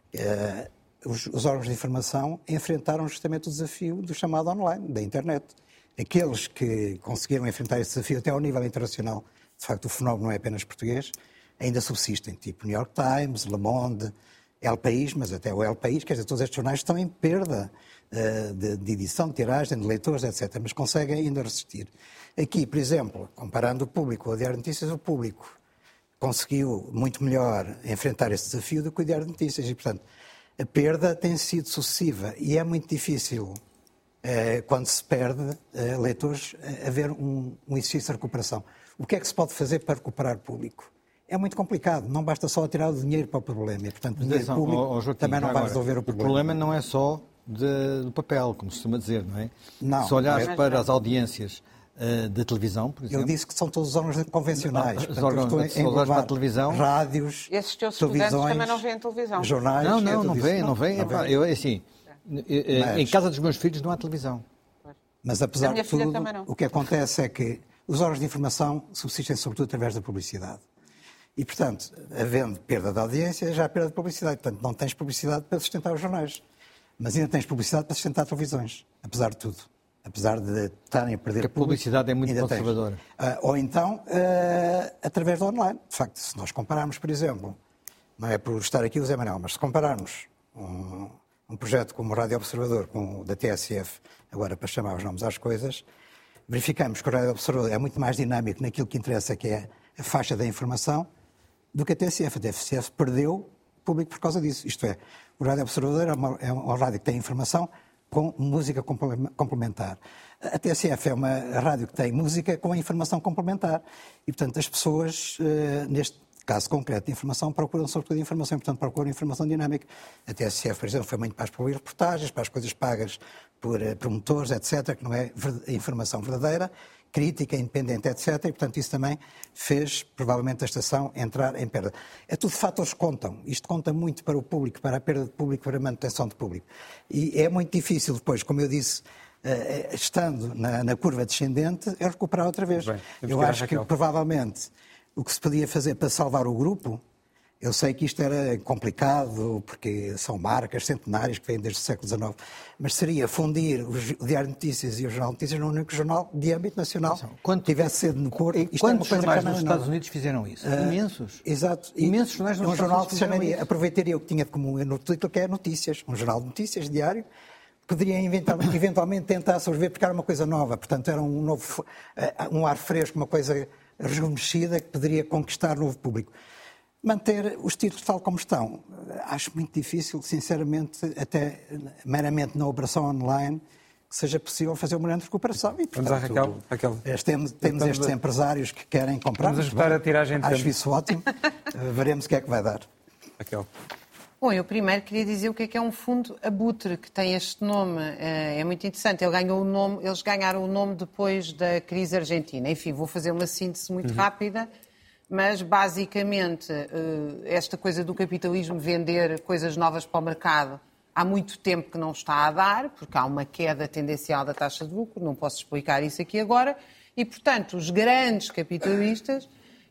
uh, os, os órgãos de informação enfrentaram justamente o desafio do chamado online, da internet. Aqueles que conseguiram enfrentar esse desafio até ao nível internacional, de facto o fenómeno não é apenas português, ainda subsistem, tipo New York Times, Le Monde, El País, mas até o El País, quer dizer, todos estes jornais estão em perda uh, de, de edição, de tiragem, de leitores, etcétera, mas conseguem ainda resistir. Aqui, por exemplo, comparando o público com o Diário de Notícias, o público conseguiu muito melhor enfrentar esse desafio do que o Diário de Notícias e, portanto, a perda tem sido sucessiva e é muito difícil, uh, quando se perde uh, leitores, uh, haver um, um exercício de recuperação. O que é que se pode fazer para recuperar público? É muito complicado, não basta só tirar o dinheiro para o problema. E, portanto, o dinheiro público oh, oh, Joaquim, também não vai agora, resolver o problema. O problema não é só de, do papel, como se costuma dizer, não é? Não, se olhares é... para as audiências uh, da televisão, por exemplo... Eu disse que são todos os órgãos convencionais. Os órgãos de para a televisão... Rádios, esses teus estudantes também não veem televisão. Jornais... Não, não, não veem, não veem. Eu, assim, mas... em casa dos meus filhos não há televisão. Mas, apesar de tudo, o que acontece é que os órgãos de informação subsistem sobretudo através da publicidade. E, portanto, havendo perda de audiência, já há perda de publicidade. Portanto, não tens publicidade para sustentar os jornais. Mas ainda tens publicidade para sustentar televisões, apesar de tudo. Apesar de estarem a perder... Porque a publicidade público, é muito conservadora. Uh, ou então, uh, através do online. De facto, se nós compararmos, por exemplo, não é por estar aqui o Zé Manuel, mas se compararmos um, um projeto como o Rádio Observador, com o da T S F, agora para chamar os nomes às coisas, verificamos que o Rádio Observador é muito mais dinâmico naquilo que interessa, que é a faixa da informação, do que a T S F. A T S F perdeu público por causa disso. Isto é, o Rádio Observador é, uma, é um rádio que tem informação com música complementar. A T S F é uma rádio que tem música com informação complementar. E, portanto, as pessoas, neste caso concreto de informação, procuram sobretudo informação. E, portanto, procuram informação dinâmica. A T S F, por exemplo, foi muito para as reportagens, para as coisas pagas por promotores, etcétera, que não é informação verdadeira, crítica, independente, etcétera. E, portanto, isso também fez, provavelmente, a estação entrar em perda. É tudo fatores que contam. Isto conta muito para o público, para a perda de público, para a manutenção de público. E é muito difícil depois, como eu disse, uh, estando na, na curva descendente, é recuperar outra vez. Bem, eu acho que, provavelmente, o que se podia fazer para salvar o grupo... Eu sei que isto era complicado, porque são marcas centenárias que vêm desde o século dezenove, mas seria fundir o Diário de Notícias e o Jornal de Notícias num único jornal de âmbito nacional, quanto tivesse sede no Porto. E quantos é jornais nos Estados Unidos fizeram isso? Uh, Imensos. Exato. Imensos jornais nos um Estados jornal Unidos que se chamaria, aproveitaria o que tinha de comum no título, que é Notícias, um jornal de notícias diário, poderia eventualmente tentar sobreviver, porque era uma coisa nova, portanto era um novo, um ar fresco, uma coisa rejuvenescida que poderia conquistar novo público. Manter os títulos tal como estão, acho muito difícil, sinceramente, até meramente na operação online, que seja possível fazer uma grande recuperação. E, portanto, Vamos à Raquel. Raquel. Temos, temos estes a... empresários que querem comprar. Vamos ajustar a tiragem de Acho tempo. isso ótimo. Veremos o que é que vai dar. Raquel. Bom, eu primeiro queria dizer o que é que é um fundo abutre, que tem este nome. É muito interessante. Ele ganhou o nome, eles ganharam o nome depois da crise argentina. Enfim, vou fazer uma síntese muito uhum. rápida. Mas, basicamente, esta coisa do capitalismo vender coisas novas para o mercado há muito tempo que não está a dar, porque há uma queda tendencial da taxa de lucro, não posso explicar isso aqui agora, e, portanto, os grandes capitalistas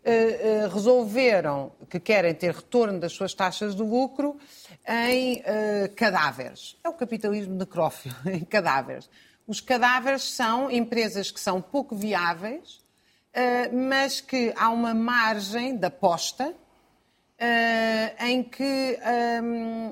resolveram que querem ter retorno das suas taxas de lucro em cadáveres. É o capitalismo necrófilo, em cadáveres. Os cadáveres são empresas que são pouco viáveis, Uh, mas que há uma margem de aposta uh, em que um, uh,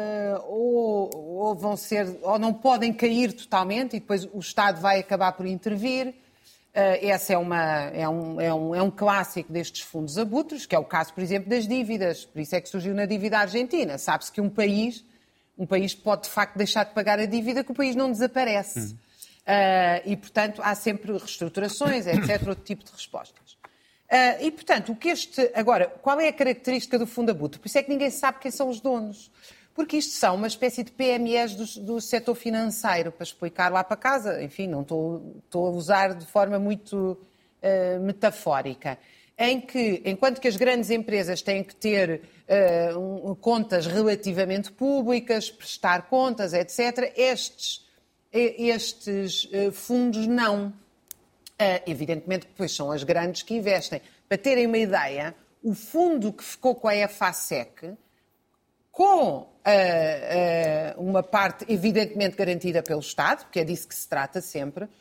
ou, ou vão ser, ou não podem cair totalmente e depois o Estado vai acabar por intervir. Uh, esse é, uma, é, um, é, um, é um clássico destes fundos abutres, que é o caso, por exemplo, das dívidas. Por isso é que surgiu na dívida argentina. Sabe-se que um país, um país pode, de facto, deixar de pagar a dívida, que o país não desaparece. Hum. Uh, e, portanto, há sempre reestruturações, etcétera, outro tipo de respostas. Uh, e, portanto, o que este... Agora, qual é a característica do fundo abutre? Por isso é que ninguém sabe quem são os donos. Porque isto são uma espécie de P M Es do, do setor financeiro, para explicar lá para casa. Enfim, não estou, estou a usar de forma muito uh, metafórica. Em que, enquanto que as grandes empresas têm que ter uh, um, contas relativamente públicas, prestar contas, etcétera, estes, estes uh, fundos não. Uh, evidentemente, depois são as grandes que investem. Para terem uma ideia, o fundo que ficou com a EFASEC, com uh, uh, uma parte evidentemente garantida pelo Estado, porque é disso que se trata sempre, uh,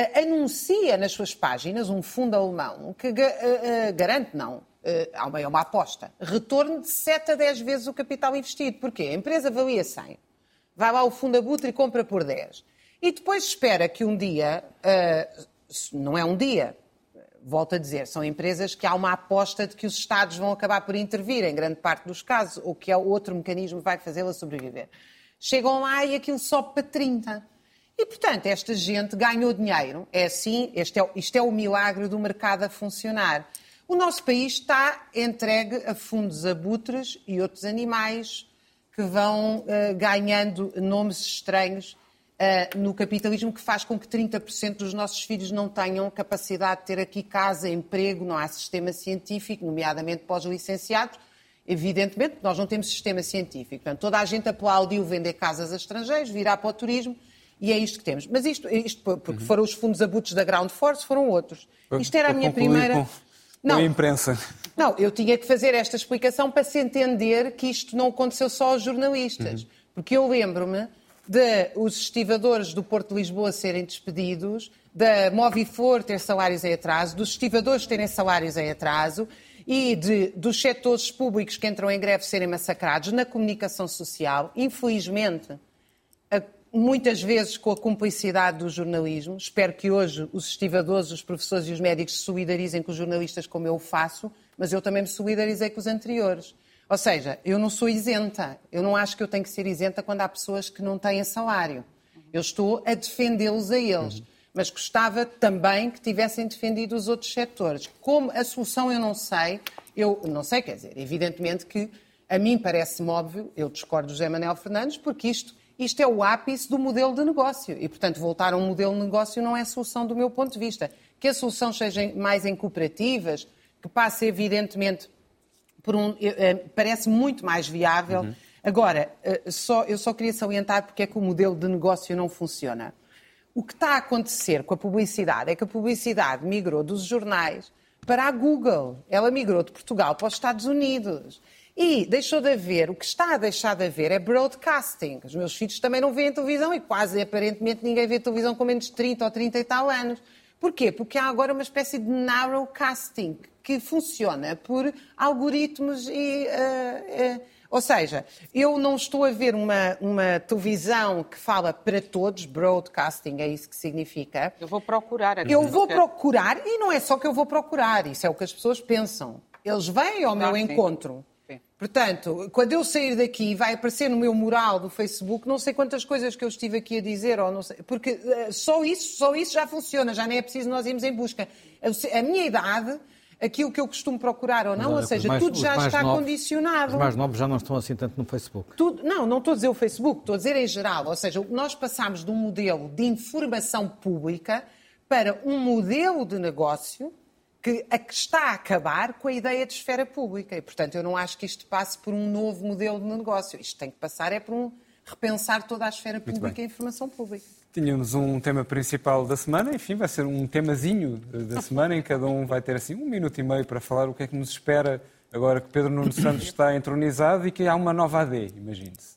anuncia nas suas páginas um fundo alemão que uh, uh, garante, não, uh, há uma, é uma aposta, retorno de sete a dez vezes o capital investido. Porquê? A empresa valia cem, vai lá o fundo abutre e compra por dez. E depois espera que um dia, uh, não é um dia, volto a dizer, são empresas que há uma aposta de que os Estados vão acabar por intervir em grande parte dos casos, ou que é outro mecanismo que vai fazê-la sobreviver. Chegam lá e aquilo sobe para trinta. E, portanto, esta gente ganhou dinheiro. É assim, este é, isto é o milagre do mercado a funcionar. O nosso país está entregue a fundos abutres e outros animais que vão uh, ganhando nomes estranhos Uh, no capitalismo, que faz com que trinta por cento dos nossos filhos não tenham capacidade de ter aqui casa, emprego, não há sistema científico, nomeadamente pós-licenciados. Evidentemente, nós não temos sistema científico. Portanto, toda a gente aplaudiu vender casas a estrangeiros, virar para o turismo, e é isto que temos. Mas isto, isto porque uhum. foram os fundos abutres da Ground Force, foram outros. Isto era a minha primeira... Com... Não, a imprensa. Não, eu tinha que fazer esta explicação para se entender que isto não aconteceu só aos jornalistas. Uhum. Porque eu lembro-me de os estivadores do Porto de Lisboa serem despedidos, da Movifor ter salários em atraso, dos estivadores terem salários em atraso e de, dos setores públicos que entram em greve serem massacrados na comunicação social. Infelizmente, a, muitas vezes com a cumplicidade do jornalismo. Espero que hoje os estivadores, os professores e os médicos se solidarizem com os jornalistas como eu o faço, mas eu também me solidarizei com os anteriores. Ou seja, eu não sou isenta. Eu não acho que eu tenho que ser isenta quando há pessoas que não têm salário. Eu estou a defendê-los a eles. Uhum. Mas gostava também que tivessem defendido os outros setores. Como a solução eu não sei, eu não sei, quer dizer, evidentemente que a mim parece-me óbvio, eu discordo do José Manuel Fernandes, porque isto, isto é o ápice do modelo de negócio. E, portanto, voltar a um modelo de negócio não é a solução do meu ponto de vista. Que a solução seja mais em cooperativas, que passe, evidentemente... Por um, parece muito mais viável. Uhum. Agora, só, eu só queria salientar porque é que o modelo de negócio não funciona. O que está a acontecer com a publicidade é que a publicidade migrou dos jornais para a Google. Ela migrou de Portugal para os Estados Unidos. E deixou de haver, o que está a deixar de haver é broadcasting. Os meus filhos também não veem televisão e quase, aparentemente, ninguém vê televisão com menos de trinta ou trinta e tal anos. Porquê? Porque há agora uma espécie de narrowcasting que funciona por algoritmos e... Uh, uh, ou seja, eu não estou a ver uma, uma televisão que fala para todos, broadcasting, é isso que significa. Eu vou procurar. Aqui. Eu vou procurar, e não é só que eu vou procurar, isso é o que as pessoas pensam. Eles vêm ao meu ah, encontro. Sim. Sim. Portanto, quando eu sair daqui, vai aparecer no meu mural do Facebook não sei quantas coisas que eu estive aqui a dizer, ou não sei, porque uh, só isso, só isso já funciona, já nem é preciso nós irmos em busca. A, a minha idade... aquilo que eu costumo procurar ou não, mas, ou seja, mais, tudo já está novos, condicionado. Os mais novos já não estão assim tanto no Facebook. Tudo, não, não estou a dizer o Facebook, estou a dizer em geral. Ou seja, nós passámos de um modelo de informação pública para um modelo de negócio que, a que está a acabar com a ideia de esfera pública. E, portanto, eu não acho que isto passe por um novo modelo de negócio. Isto tem que passar é por um repensar toda a esfera pública e a informação pública. Tínhamos um tema principal da semana, enfim, vai ser um temazinho da semana em que cada um vai ter assim um minuto e meio para falar o que é que nos espera agora que Pedro Nuno Santos está entronizado e que há uma nova A D, imagine-se.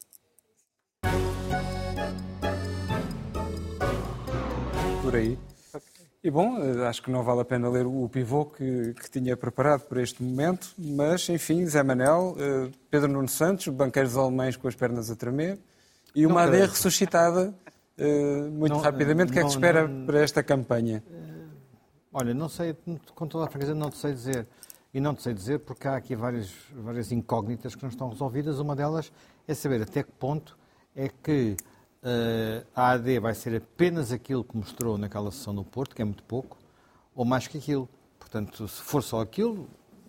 Por aí. E bom, acho que não vale a pena ler o pivô que, que tinha preparado para este momento, mas, enfim, Zé Manel, Pedro Nuno Santos, banqueiros alemães com as pernas a tremer, e uma A D ressuscitada muito não, rapidamente. O que é que se espera não, para esta campanha? Olha, não sei, com toda a franqueza, não te sei dizer. E não te sei dizer porque há aqui várias, várias incógnitas que não estão resolvidas. Uma delas é saber até que ponto é que Uh, a A D vai ser apenas aquilo que mostrou naquela sessão no Porto, que é muito pouco, ou mais que aquilo. Portanto, se for só aquilo,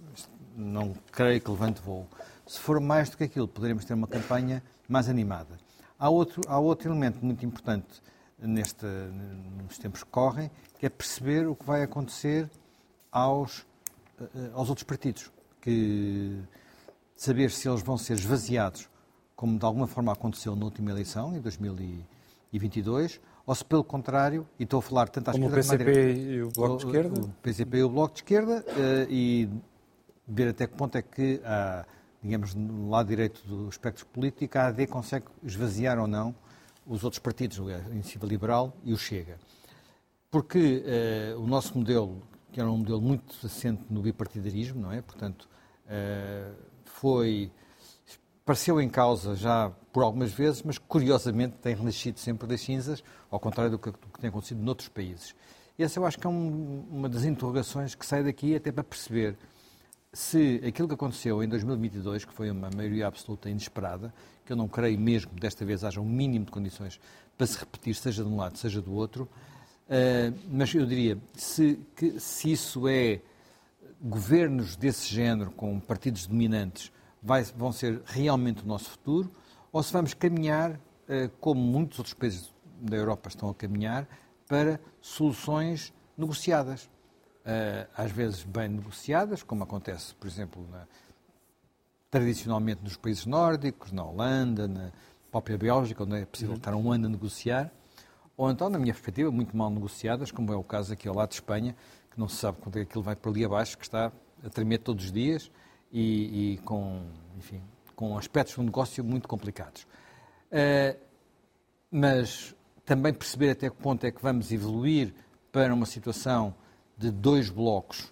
não creio que levante voo. Se for mais do que aquilo, poderemos ter uma campanha mais animada. Há outro, há outro elemento muito importante neste, nos tempos que correm, que é perceber o que vai acontecer aos, uh, aos outros partidos. Que saber se eles vão ser esvaziados, como de alguma forma aconteceu na última eleição, em dois mil e vinte e dois, ou se pelo contrário, e estou a falar tanto à esquerda como à direita... Como o P C P e o Bloco de Esquerda? O P C P e o Bloco de Esquerda, e ver até que ponto é que, há, digamos, no lado direito do espectro político, a A D consegue esvaziar ou não os outros partidos, a Iniciativa Liberal e o Chega. Porque uh, o nosso modelo, que era um modelo muito assente no bipartidarismo, não é? Portanto, uh, foi... Apareceu em causa já por algumas vezes, mas curiosamente tem renascido sempre das cinzas, ao contrário do que, do que tem acontecido noutros países. Essa eu acho que é um, uma das interrogações que sai daqui até para perceber se aquilo que aconteceu em dois mil e vinte e dois, que foi uma maioria absoluta inesperada, que eu não creio mesmo que desta vez haja um mínimo de condições para se repetir, seja de um lado, seja do outro, uh, mas eu diria, se, que, se isso é governos desse género, com partidos dominantes, Vai, vão ser realmente o nosso futuro, ou se vamos caminhar, eh, como muitos outros países da Europa estão a caminhar, para soluções negociadas. Eh, às vezes bem negociadas, como acontece, por exemplo, na, tradicionalmente nos países nórdicos, na Holanda, na própria Bélgica, onde é possível estar um ano a negociar, ou então, na minha perspectiva, muito mal negociadas, como é o caso aqui ao lado de Espanha, que não se sabe quando é que aquilo vai para ali abaixo, que está a tremer todos os dias, E, e com, enfim, com aspectos do negócio muito complicados. Uh, mas também perceber até que ponto é que vamos evoluir para uma situação de dois blocos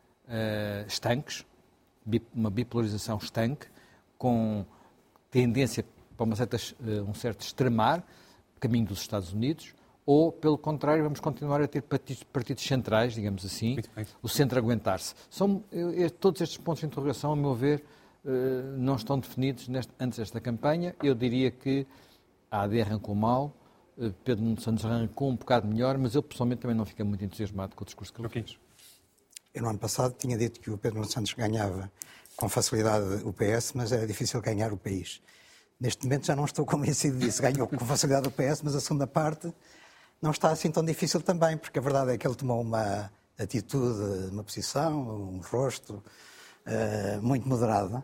uh, estanques, uma bipolarização estanque, com tendência para uma certa, uh, um certo extremar, caminho dos Estados Unidos, ou, pelo contrário, vamos continuar a ter partidos, partidos centrais, digamos assim, o centro aguentar-se. São, eu, todos estes pontos de interrogação, a meu ver, não estão definidos neste, antes desta campanha. Eu diria que a A D arrancou mal, Pedro Nuno Santos arrancou um bocado melhor, mas eu pessoalmente também não fiquei muito entusiasmado com o discurso que ele fez. Eu no ano passado tinha dito que o Pedro Nuno Santos ganhava com facilidade o P S, mas era difícil ganhar o país. Neste momento já não estou convencido disso. Ganhou com facilidade o P S, mas a segunda parte não está assim tão difícil também, porque a verdade é que ele tomou uma atitude, uma posição, um rosto uh, muito moderada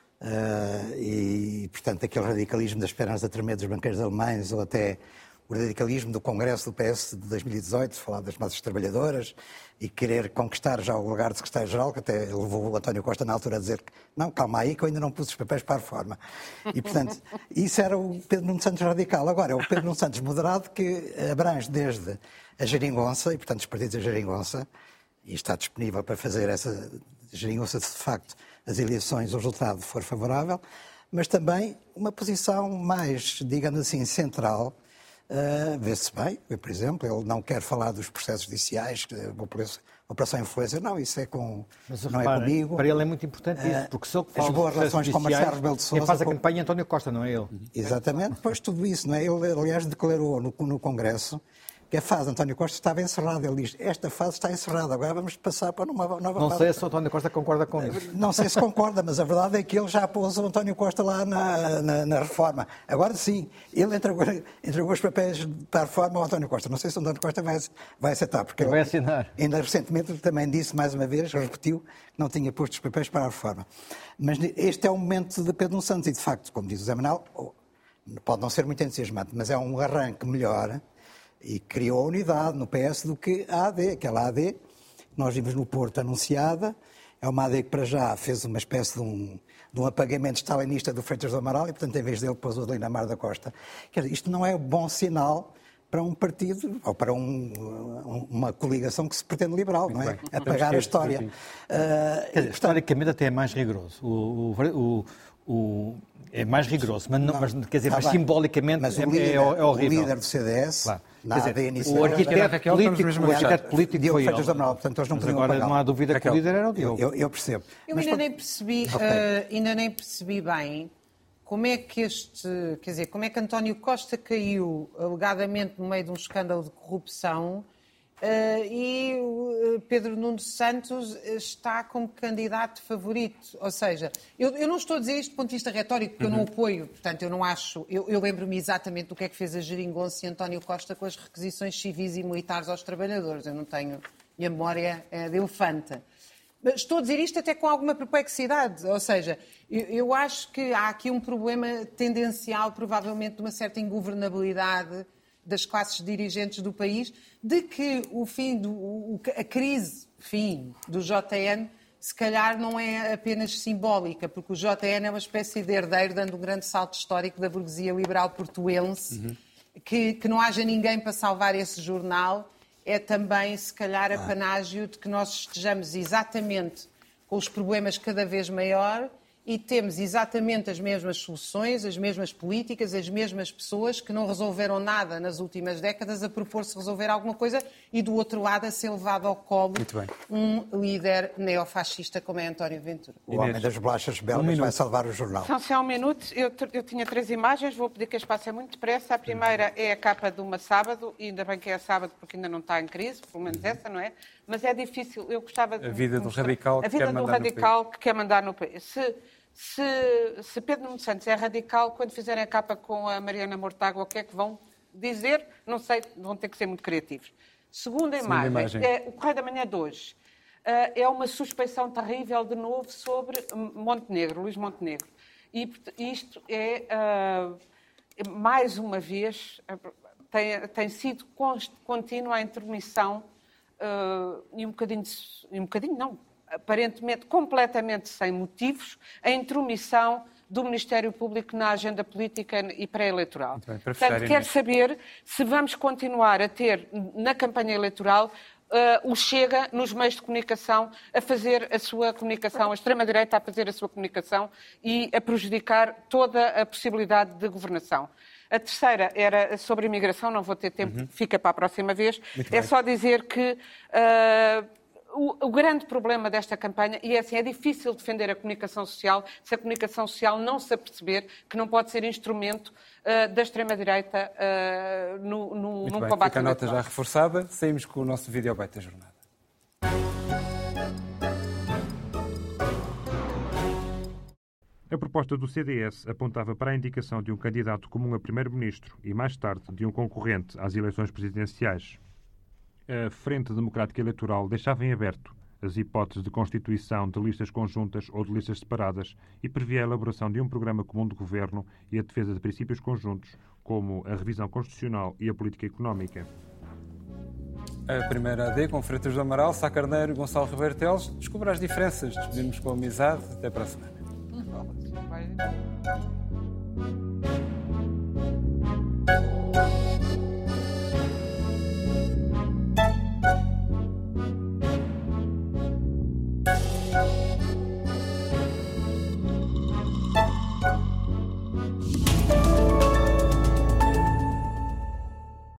uh, e, portanto, aquele radicalismo das pernas a tremer dos banqueiros alemães ou até o radicalismo do Congresso do P S de dois mil e dezoito, falar das massas trabalhadoras e querer conquistar já o lugar de secretário-geral, que até levou o António Costa na altura a dizer que não, calma aí, que eu ainda não pus os papéis para a reforma. E, portanto, isso era o Pedro Nuno Santos radical. Agora, é o Pedro Nuno Santos moderado que abrange desde a geringonça, e, portanto, os partidos da geringonça, e está disponível para fazer essa geringonça, de facto, as eleições, o resultado for favorável, mas também uma posição mais, digamos assim, central. Uh, vê-se bem, por exemplo, ele não quer falar dos processos judiciais, operação influência, não, isso é com, mas, não repara, é comigo. Para ele é muito importante isso, porque se ele fala as boas relações com Marcelo Rebelo de Sousa... Quem faz a campanha é António Costa, não é ele? Exatamente, pois tudo isso, não é? Ele, aliás, declarou no, no Congresso que a fase de António Costa estava encerrada. Ele diz, esta fase está encerrada, agora vamos passar para uma nova não fase. Não sei se o António Costa concorda com isso. Não sei se concorda, mas a verdade é que ele já pôs o António Costa lá na, na, na reforma. Agora sim, ele entregou, entregou os papéis para a reforma ao António Costa. Não sei se o António Costa vai, vai aceitar. Porque vai ele, assinar. Ainda recentemente também disse, mais uma vez, repetiu, que não tinha posto os papéis para a reforma. Mas este é o momento de Pedro Nuno Santos e, de facto, como diz o Zé Manuel, pode não ser muito entusiasmante, mas é um arranque melhor e criou a unidade no P S do que a AD. Aquela A D que nós vimos no Porto anunciada, é uma A D que para já fez uma espécie de um, de um apagamento stalinista do Freitas do Amaral e, portanto, em vez dele pôs o Linamar da Costa. Quer dizer, isto não é bom sinal para um partido ou para um, uma coligação que se pretende liberal, Muito não é? bem. Apagar a história. Uh, Quer dizer, historicamente até é mais rigoroso. O, o, o, é mais rigoroso, mas, não, não, mas, quer dizer, tá mas bem. simbolicamente mas o é, líder, é, é horrível. O líder do C D S, claro. na Quer A D N, o arquiteto político, o arquiteto político Diogo foi Freitas ele. do Amaral, portanto eles não Mas podiam agora apagá-lo. não há dúvida que o líder era o Diogo. Eu, eu percebo. Eu Mas, ainda nem percebi, okay. uh, ainda nem percebi bem como é que este, quer dizer, como é que António Costa caiu alegadamente no meio de um escândalo de corrupção uh, e uh, Pedro Nuno Santos está como candidato favorito. Ou seja, eu, eu não estou a dizer isto do ponto de vista retórico, porque uhum. eu não apoio, portanto, eu não acho. Eu, eu lembro-me exatamente do que é que fez a Geringonça e António Costa com as requisições civis e militares aos trabalhadores. Eu não tenho. Minha memória é de elefante. Mas estou a dizer isto até com alguma perplexidade, ou seja, eu, eu acho que há aqui um problema tendencial, provavelmente, de uma certa ingovernabilidade das classes dirigentes do país, de que o fim, do, o, a crise fim do J N, se calhar não é apenas simbólica, porque o J N é uma espécie de herdeiro, dando um grande salto histórico da burguesia liberal portuense, uhum. que, que não haja ninguém para salvar esse jornal, é também, se calhar, a panágio de que nós estejamos exatamente com os problemas cada vez maior e temos exatamente as mesmas soluções, as mesmas políticas, as mesmas pessoas que não resolveram nada nas últimas décadas a propor-se resolver alguma coisa e, do outro lado, a ser levado ao colo um líder neofascista como é António Ventura. O homem das bolachas belgas um vai salvar o jornal. São só um minuto. Eu, eu tinha três imagens, vou pedir que as passem muito depressa. A primeira é a capa de uma sábado, e ainda bem que é sábado porque ainda não está em crise, pelo menos essa, não é? Mas é difícil. Eu gostava de... A vida do radical que a vida quer do mandar radical no que quer mandar no país. Se, se, se Pedro Nuno Santos é radical, quando fizerem a capa com a Mariana Mortágua, o que é que vão dizer? Não sei, vão ter que ser muito criativos. Segunda, Segunda imagem, imagem é o Correio da Manhã de hoje. Uh, é uma suspeição terrível, de novo, sobre Montenegro, Luís Montenegro. E isto é, uh, mais uma vez, uh, tem, tem sido contínua a intermissão uh, e um bocadinho, e um bocadinho não, aparentemente completamente sem motivos, a intromissão do Ministério Público na agenda política e pré-eleitoral. Portanto, quero saber se vamos continuar a ter, na campanha eleitoral, Uh, o Chega, nos meios de comunicação, a fazer a sua comunicação, a extrema-direita a fazer a sua comunicação e a prejudicar toda a possibilidade de governação. A terceira era sobre a imigração, não vou ter tempo, uhum. fica para a próxima vez. Muito é bem. Só dizer que uh, o, o grande problema desta campanha, e é assim, é difícil defender a comunicação social se a comunicação social não se aperceber que não pode ser instrumento uh, da extrema-direita uh, no, no, Muito num bem. combate Fica a nota eleitoral. já reforçada. Saímos com o nosso videobite da jornada. A proposta do C D S apontava para a indicação de um candidato comum a primeiro-ministro e, mais tarde, de um concorrente às eleições presidenciais. A Frente Democrática Eleitoral deixava em aberto as hipóteses de constituição de listas conjuntas ou de listas separadas e previa a elaboração de um programa comum de governo e a defesa de princípios conjuntos, como a revisão constitucional e a política económica. A primeira A D, com Freitas do Amaral, Sá Carneiro e Gonçalo Ribeiro Teles, descubra as diferenças. Despedimos com amizade. Até para a semana.